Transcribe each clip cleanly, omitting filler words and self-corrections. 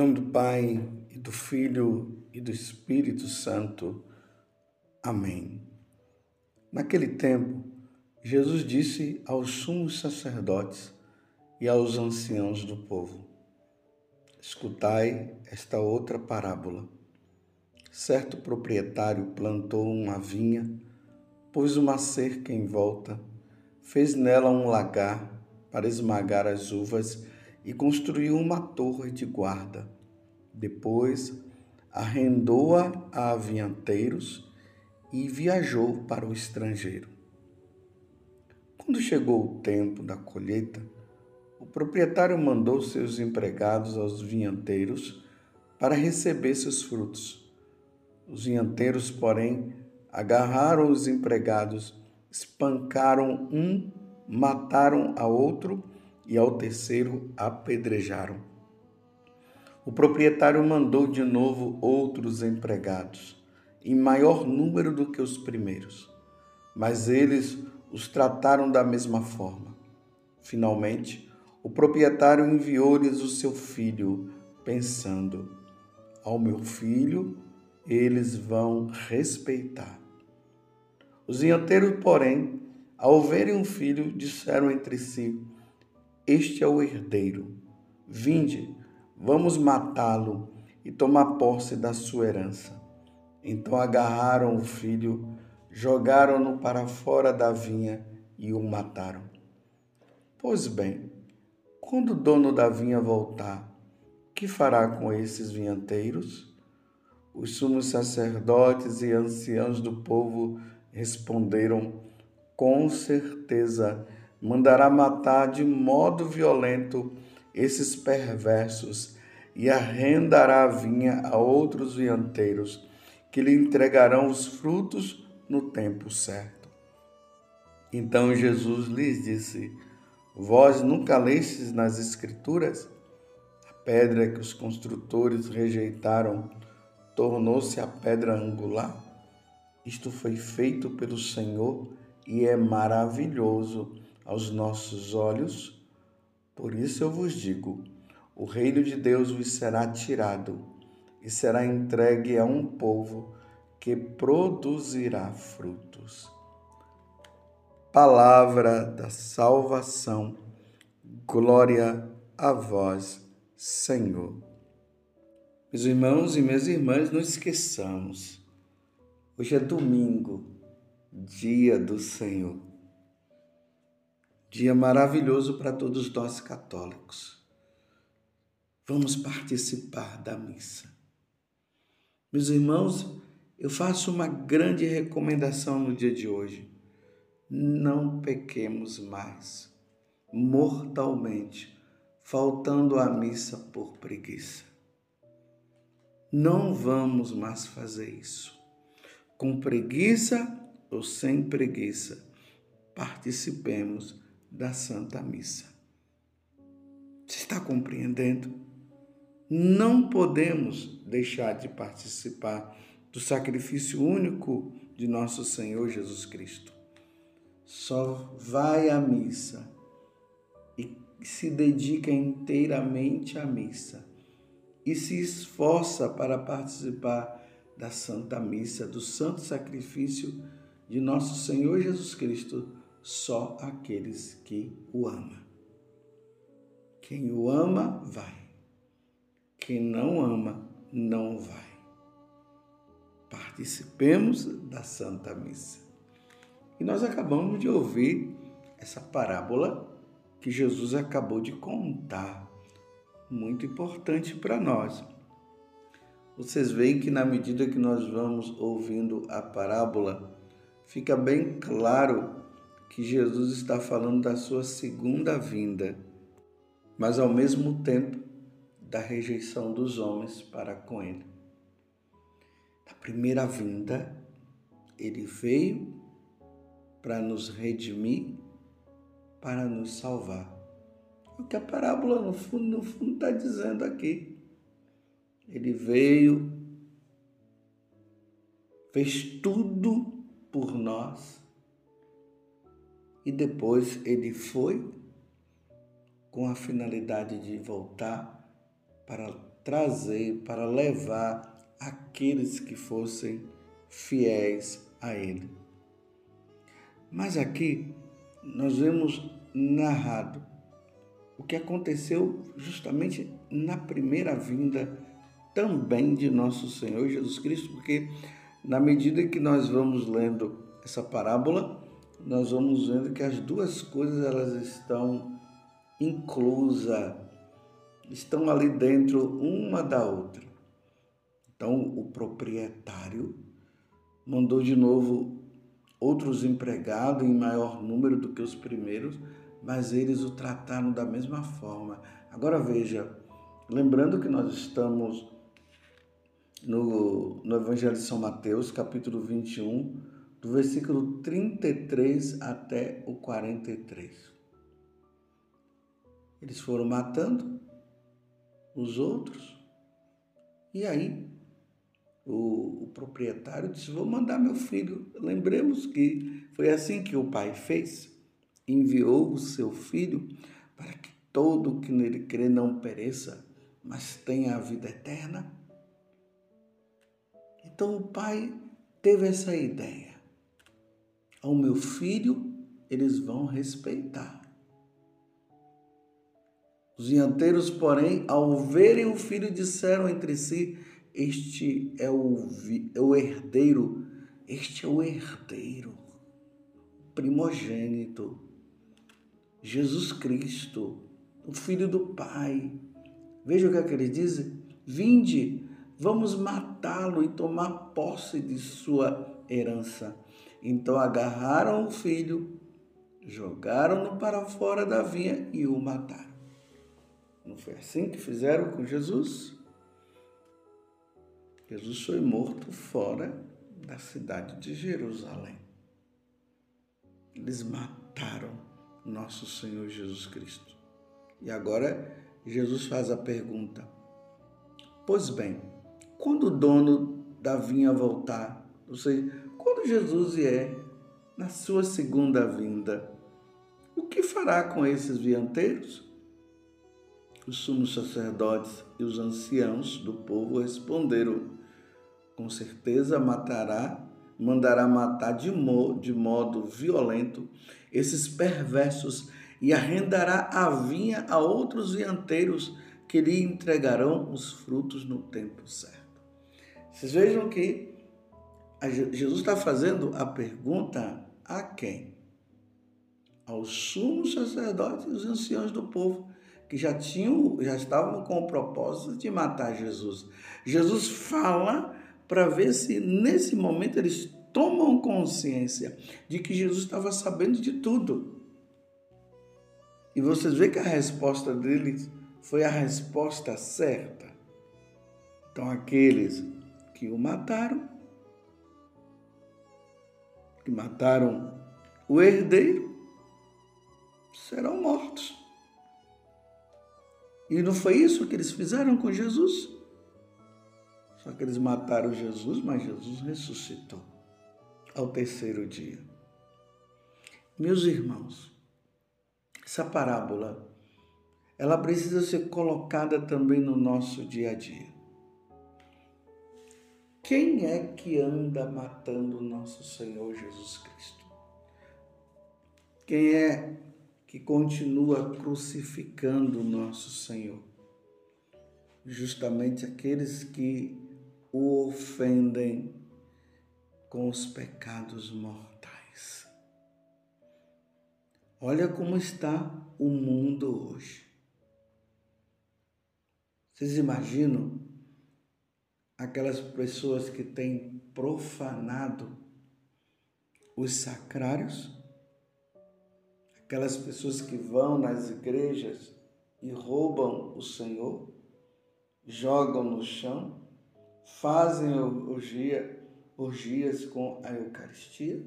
nome do Pai, e do Filho, e do Espírito Santo. Amém. Naquele tempo, Jesus disse aos sumos sacerdotes e aos anciãos do povo: escutai esta outra parábola. Certo proprietário plantou uma vinha, pôs uma cerca em volta, fez nela um lagar para esmagar as uvas e construiu uma torre de guarda. Depois, arrendou-a a vinhateiros e viajou para o estrangeiro. Quando chegou o tempo da colheita, o proprietário mandou seus empregados aos vinhateiros para receber seus frutos. Os vinhateiros, porém, agarraram os empregados, espancaram um, mataram a outro e ao terceiro apedrejaram. O proprietário mandou de novo outros empregados, em maior número do que os primeiros, mas eles os trataram da mesma forma. Finalmente, o proprietário enviou-lhes o seu filho, pensando: ao meu filho eles vão respeitar. Os vinhateiros, porém, ao verem o filho, disseram entre si: este é o herdeiro. Vinde, vamos matá-lo e tomar posse da sua herança. Então agarraram o filho, jogaram-no para fora da vinha e o mataram. Pois bem, quando o dono da vinha voltar, que fará com esses vinhateiros? Os sumos sacerdotes e anciãos do povo responderam: com certeza mandará matar de modo violento esses perversos e arrendará a vinha a outros vinhateiros, que lhe entregarão os frutos no tempo certo. Então Jesus lhes disse: vós nunca lestes nas Escrituras? A pedra que os construtores rejeitaram tornou-se a pedra angular. Isto foi feito pelo Senhor e é maravilhoso aos nossos olhos. Por isso eu vos digo: o reino de Deus vos será tirado e será entregue a um povo que produzirá frutos. Palavra da salvação. Glória a vós, Senhor. Meus irmãos e minhas irmãs, não esqueçamos: hoje é domingo, dia do Senhor. Dia maravilhoso para todos nós católicos. Vamos participar da missa. Meus irmãos, eu faço uma grande recomendação no dia de hoje. Não pequemos mais, mortalmente, faltando à missa por preguiça. Não vamos mais fazer isso. Com preguiça ou sem preguiça, participemos da Santa Missa. Você está compreendendo? Não podemos deixar de participar do sacrifício único de nosso Senhor Jesus Cristo. Só vai à missa e se dedica inteiramente à missa e se esforça para participar da Santa Missa, do santo sacrifício de nosso Senhor Jesus Cristo, só aqueles que o amam. Quem o ama, vai. Quem não ama, não vai. Participemos da Santa Missa. E nós acabamos de ouvir essa parábola que Jesus acabou de contar, muito importante para nós. Vocês veem que na medida que nós vamos ouvindo a parábola, fica bem claro que Jesus está falando da sua segunda vinda, mas ao mesmo tempo da rejeição dos homens para com ele. Na primeira vinda, ele veio para nos redimir, para nos salvar. O que a parábola, no fundo, está dizendo aqui. Ele veio, fez tudo por nós e depois ele foi com a finalidade de voltar para trazer, para levar aqueles que fossem fiéis a ele. Mas aqui nós vemos narrado o que aconteceu justamente na primeira vinda também de nosso Senhor Jesus Cristo, porque na medida que nós vamos lendo essa parábola, nós vamos vendo que as duas coisas elas estão inclusas, estão ali dentro uma da outra. Então o proprietário mandou de novo outros empregados em maior número do que os primeiros, mas eles o trataram da mesma forma. Agora veja, lembrando que nós estamos no Evangelho de São Mateus, capítulo 21, do versículo 33 até o 43. Eles foram matando os outros, e aí o proprietário disse: vou mandar meu filho. Lembremos que foi assim que o pai fez. Enviou o seu filho para que todo que nele crê não pereça, mas tenha a vida eterna. Então o pai teve essa ideia. Ao meu filho eles vão respeitar. Os dianteiros, porém, ao verem o filho, disseram entre si: este é o herdeiro, primogênito, Jesus Cristo, o Filho do Pai. Veja o que é que eles dizem: vinde, vamos matá-lo e tomar posse de sua herança. Então agarraram o filho, jogaram-no para fora da vinha e o mataram. Não foi assim que fizeram com Jesus? Jesus foi morto fora da cidade de Jerusalém. Eles mataram nosso Senhor Jesus Cristo. E agora Jesus faz a pergunta: pois bem, quando o dono da vinha voltar, ou seja, quando Jesus vier na sua segunda vinda, o que fará com esses vianteiros? Os sumos sacerdotes e os anciãos do povo responderam: com certeza mandará matar de modo violento esses perversos e arrendará a vinha a outros vianteiros que lhe entregarão os frutos no tempo certo. Vocês vejam que Jesus está fazendo a pergunta a quem? Aos sumos sacerdotes e os anciãos do povo, que já estavam com o propósito de matar Jesus. Jesus fala para ver se nesse momento eles tomam consciência de que Jesus estava sabendo de tudo. E vocês veem que a resposta deles foi a resposta certa. Então aqueles que o mataram, que mataram o herdeiro, serão mortos. E não foi isso que eles fizeram com Jesus? Só que eles mataram Jesus, mas Jesus ressuscitou ao terceiro dia. Meus irmãos, essa parábola, ela precisa ser colocada também no nosso dia a dia. Quem é que anda matando nosso Senhor Jesus Cristo? Quem é que continua crucificando nosso Senhor? Justamente aqueles que o ofendem com os pecados mortais. Olha como está o mundo hoje. Vocês imaginam aquelas pessoas que têm profanado os sacrários? Aquelas pessoas que vão nas igrejas e roubam o Senhor, jogam no chão, fazem orgias com a Eucaristia.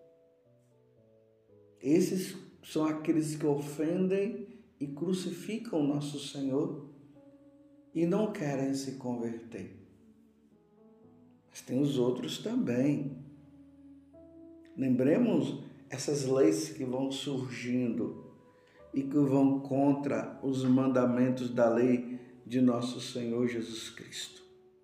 Esses são aqueles que ofendem e crucificam nosso Senhor e não querem se converter. Mas tem os outros também. Lembremos essas leis que vão surgindo e que vão contra os mandamentos da lei de nosso Senhor Jesus Cristo.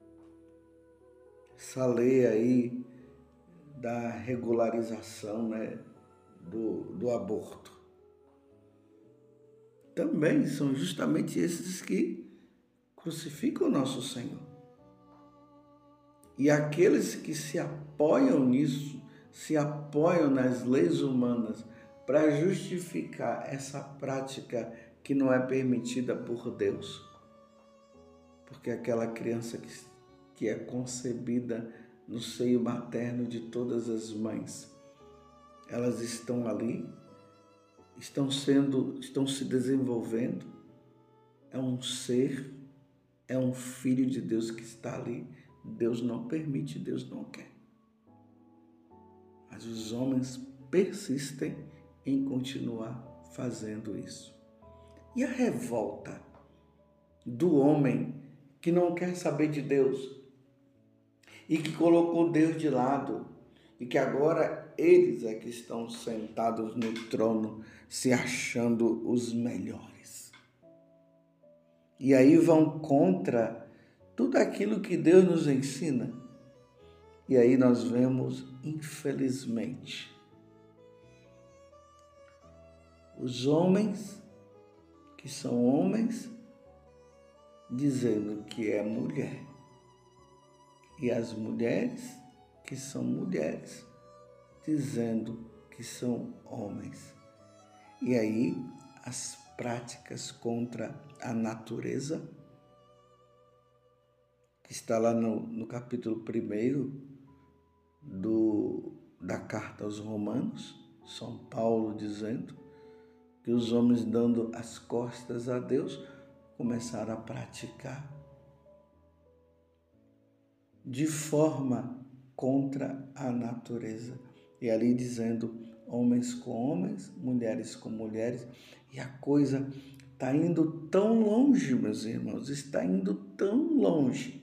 Essa lei aí da regularização, né, do aborto. Também são justamente esses que crucificam o nosso Senhor. E aqueles que se apoiam nisso, se apoiam nas leis humanas para justificar essa prática que não é permitida por Deus. Porque aquela criança que é concebida no seio materno de todas as mães, elas estão ali, estão se desenvolvendo, é um ser, é um filho de Deus que está ali. Deus não permite, Deus não quer. Mas os homens persistem em continuar fazendo isso. E a revolta do homem que não quer saber de Deus e que colocou Deus de lado e que agora eles é que estão sentados no trono se achando os melhores. E aí vão contra tudo aquilo que Deus nos ensina. E aí nós vemos, infelizmente, os homens que são homens dizendo que é mulher. E as mulheres que são mulheres dizendo que são homens. E aí as práticas contra a natureza, que está lá no capítulo 1 da carta aos Romanos, São Paulo dizendo que os homens, dando as costas a Deus, começaram a praticar de forma contra a natureza. E ali dizendo homens com homens, mulheres com mulheres. E a coisa está indo tão longe, meus irmãos, está indo tão longe,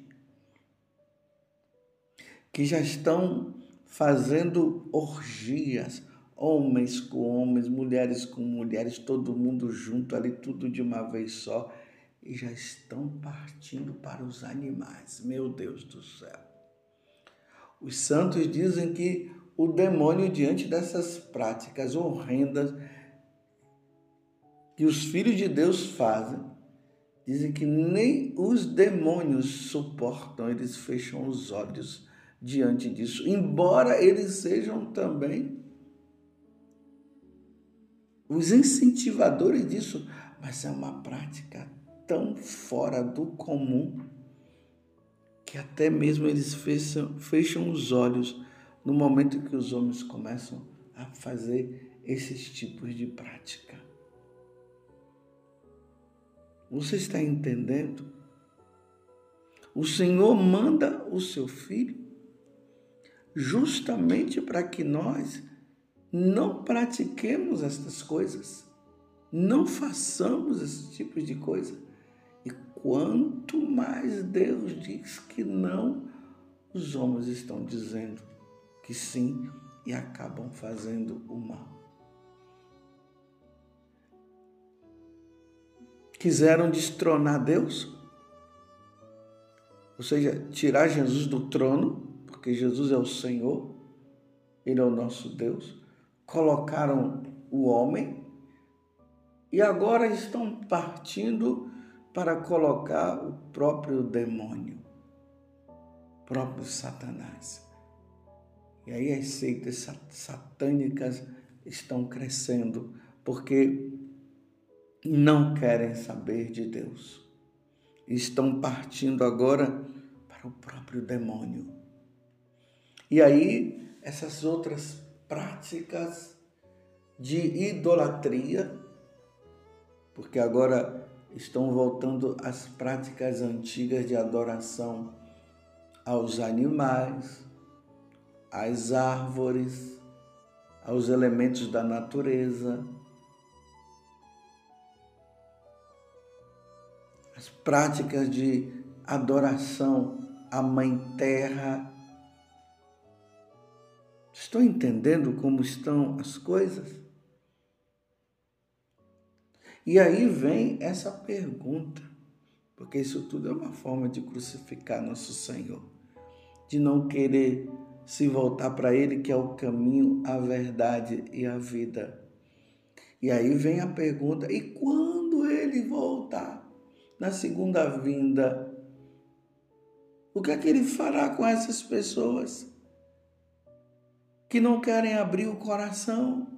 que já estão fazendo orgias, homens com homens, mulheres com mulheres, todo mundo junto ali, tudo de uma vez só, e já estão partindo para os animais. Meu Deus do céu! Os santos dizem que o demônio, diante dessas práticas horrendas que os filhos de Deus fazem, dizem que nem os demônios suportam, eles fecham os olhos diante disso, embora eles sejam também os incentivadores disso, mas é uma prática tão fora do comum que até mesmo eles fecham os olhos no momento que os homens começam a fazer esses tipos de prática. Você está entendendo? O Senhor manda o seu Filho justamente para que nós não pratiquemos estas coisas, não façamos esse tipo de coisa. E quanto mais Deus diz que não, os homens estão dizendo que sim e acabam fazendo o mal. Quiseram destronar Deus, ou seja, tirar Jesus do trono, porque Jesus é o Senhor, Ele é o nosso Deus. Colocaram o homem e agora estão partindo para colocar o próprio demônio, o próprio Satanás. E aí as seitas satânicas estão crescendo, porque não querem saber de Deus. Estão partindo agora para o próprio demônio. E aí essas outras práticas de idolatria, porque agora estão voltando às práticas antigas de adoração aos animais, às árvores, aos elementos da natureza, as práticas de adoração à Mãe Terra. Estão entendendo como estão as coisas? E aí vem essa pergunta: porque isso tudo é uma forma de crucificar nosso Senhor, de não querer se voltar para Ele, que é o caminho, a verdade e a vida. E aí vem a pergunta: e quando Ele voltar, na segunda vinda, o que é que Ele fará com essas pessoas que não querem abrir o coração,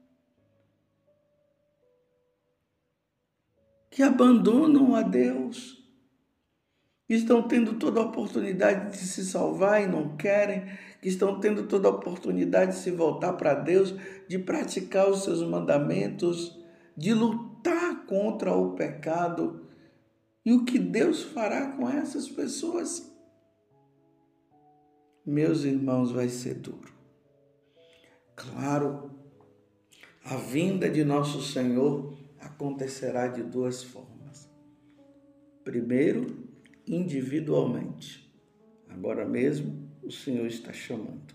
que abandonam a Deus, que estão tendo toda a oportunidade de se salvar e não querem, que estão tendo toda a oportunidade de se voltar para Deus, de praticar os seus mandamentos, de lutar contra o pecado? E o que Deus fará com essas pessoas? Meus irmãos, vai ser duro. Claro, a vinda de nosso Senhor acontecerá de duas formas. Primeiro, individualmente. Agora mesmo, o Senhor está chamando.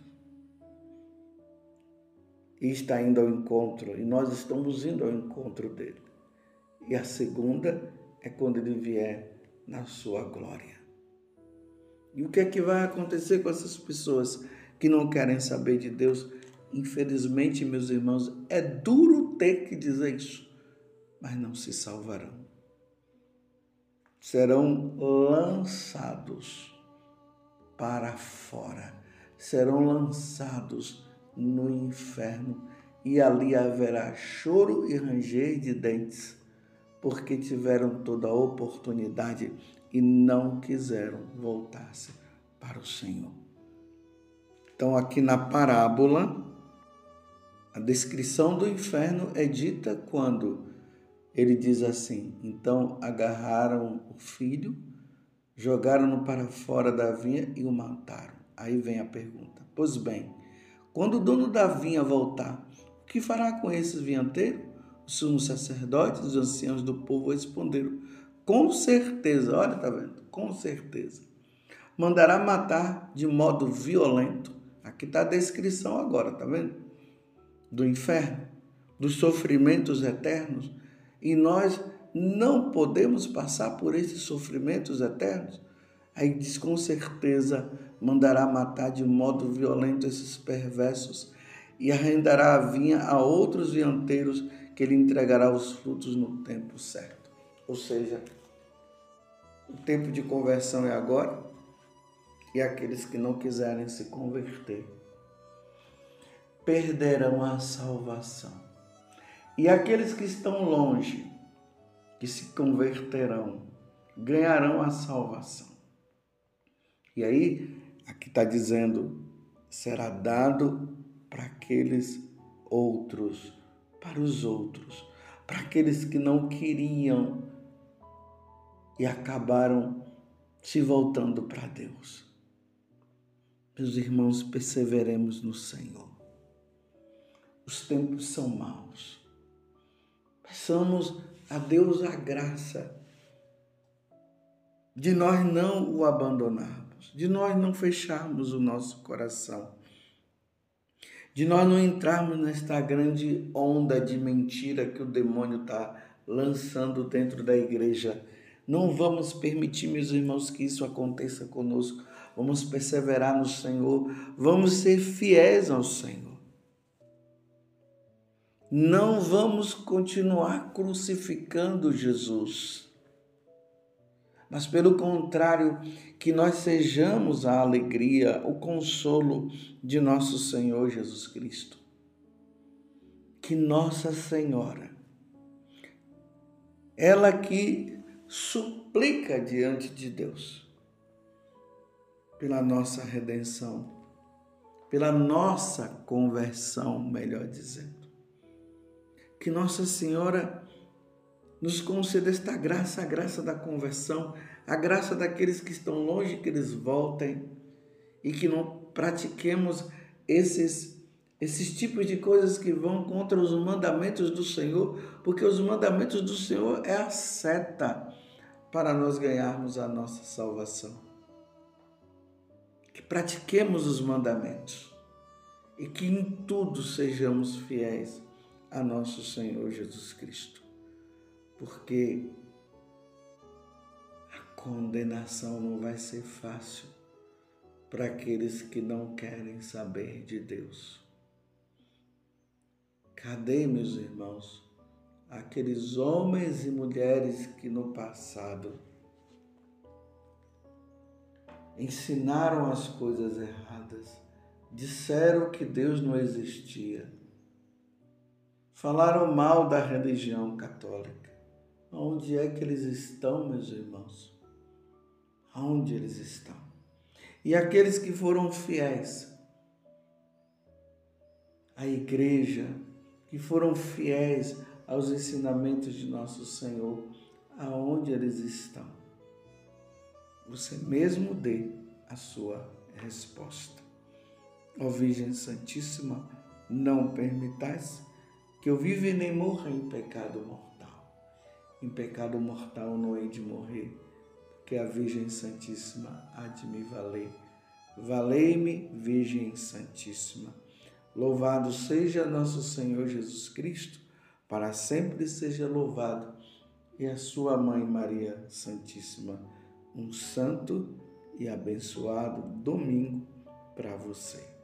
E está indo ao encontro, e nós estamos indo ao encontro dele. E a segunda é quando ele vier na sua glória. E o que é que vai acontecer com essas pessoas que não querem saber de Deus? Infelizmente, meus irmãos, é duro ter que dizer isso, mas não se salvarão. Serão lançados para fora, serão lançados no inferno, e ali haverá choro e ranger de dentes, porque tiveram toda a oportunidade e não quiseram voltar-se para o Senhor. Então, aqui na parábola, a descrição do inferno é dita quando ele diz assim: então agarraram o filho, jogaram-no para fora da vinha e o mataram. Aí vem a pergunta: pois bem, quando o dono da vinha voltar, o que fará com esses vinhateiros? Os sumos sacerdotes e os anciãos do povo responderam: com certeza, olha, tá vendo? Com certeza. Mandará matar de modo violento. Aqui está a descrição agora, tá vendo? Do inferno, dos sofrimentos eternos. E nós não podemos passar por esses sofrimentos eternos. Aí diz: com certeza mandará matar de modo violento esses perversos e arrendará a vinha a outros vinhateiros, que ele entregará os frutos no tempo certo. Ou seja, o tempo de conversão é agora, e aqueles que não quiserem se converter perderão a salvação. E aqueles que estão longe, que se converterão, ganharão a salvação. E aí, aqui está dizendo: será dado para aqueles outros, para os outros, para aqueles que não queriam e acabaram se voltando para Deus. Meus irmãos, perseveremos no Senhor. Os tempos são maus. Peçamos a Deus a graça de nós não o abandonarmos, de nós não fecharmos o nosso coração, de nós não entrarmos nesta grande onda de mentira que o demônio está lançando dentro da igreja. Não vamos permitir, meus irmãos, que isso aconteça conosco. Vamos perseverar no Senhor, vamos ser fiéis ao Senhor. Não vamos continuar crucificando Jesus, mas pelo contrário, que nós sejamos a alegria, o consolo de nosso Senhor Jesus Cristo. Que Nossa Senhora, ela que suplica diante de Deus pela nossa redenção, pela nossa conversão, melhor dizendo. Que Nossa Senhora nos conceda esta graça, a graça da conversão, a graça daqueles que estão longe, que eles voltem, e que não pratiquemos esses tipos de coisas que vão contra os mandamentos do Senhor, porque os mandamentos do Senhor é a seta para nós ganharmos a nossa salvação. Que pratiquemos os mandamentos e que em tudo sejamos fiéis a nosso Senhor Jesus Cristo. Porque a condenação não vai ser fácil para aqueles que não querem saber de Deus. Cadê, meus irmãos, aqueles homens e mulheres que no passado ensinaram as coisas erradas, disseram que Deus não existia, falaram mal da religião católica? Onde é que eles estão, meus irmãos? Onde eles estão? E aqueles que foram fiéis à igreja, que foram fiéis aos ensinamentos de nosso Senhor, aonde eles estão? Você mesmo dê a sua resposta. Ó Virgem Santíssima, não permitais que eu viva e nem morra em pecado mortal. Em pecado mortal não hei de morrer, porque a Virgem Santíssima há de me valer. Valei-me, Virgem Santíssima. Louvado seja nosso Senhor Jesus Cristo, para sempre seja louvado, e a sua Mãe Maria Santíssima. Um santo e abençoado domingo para você.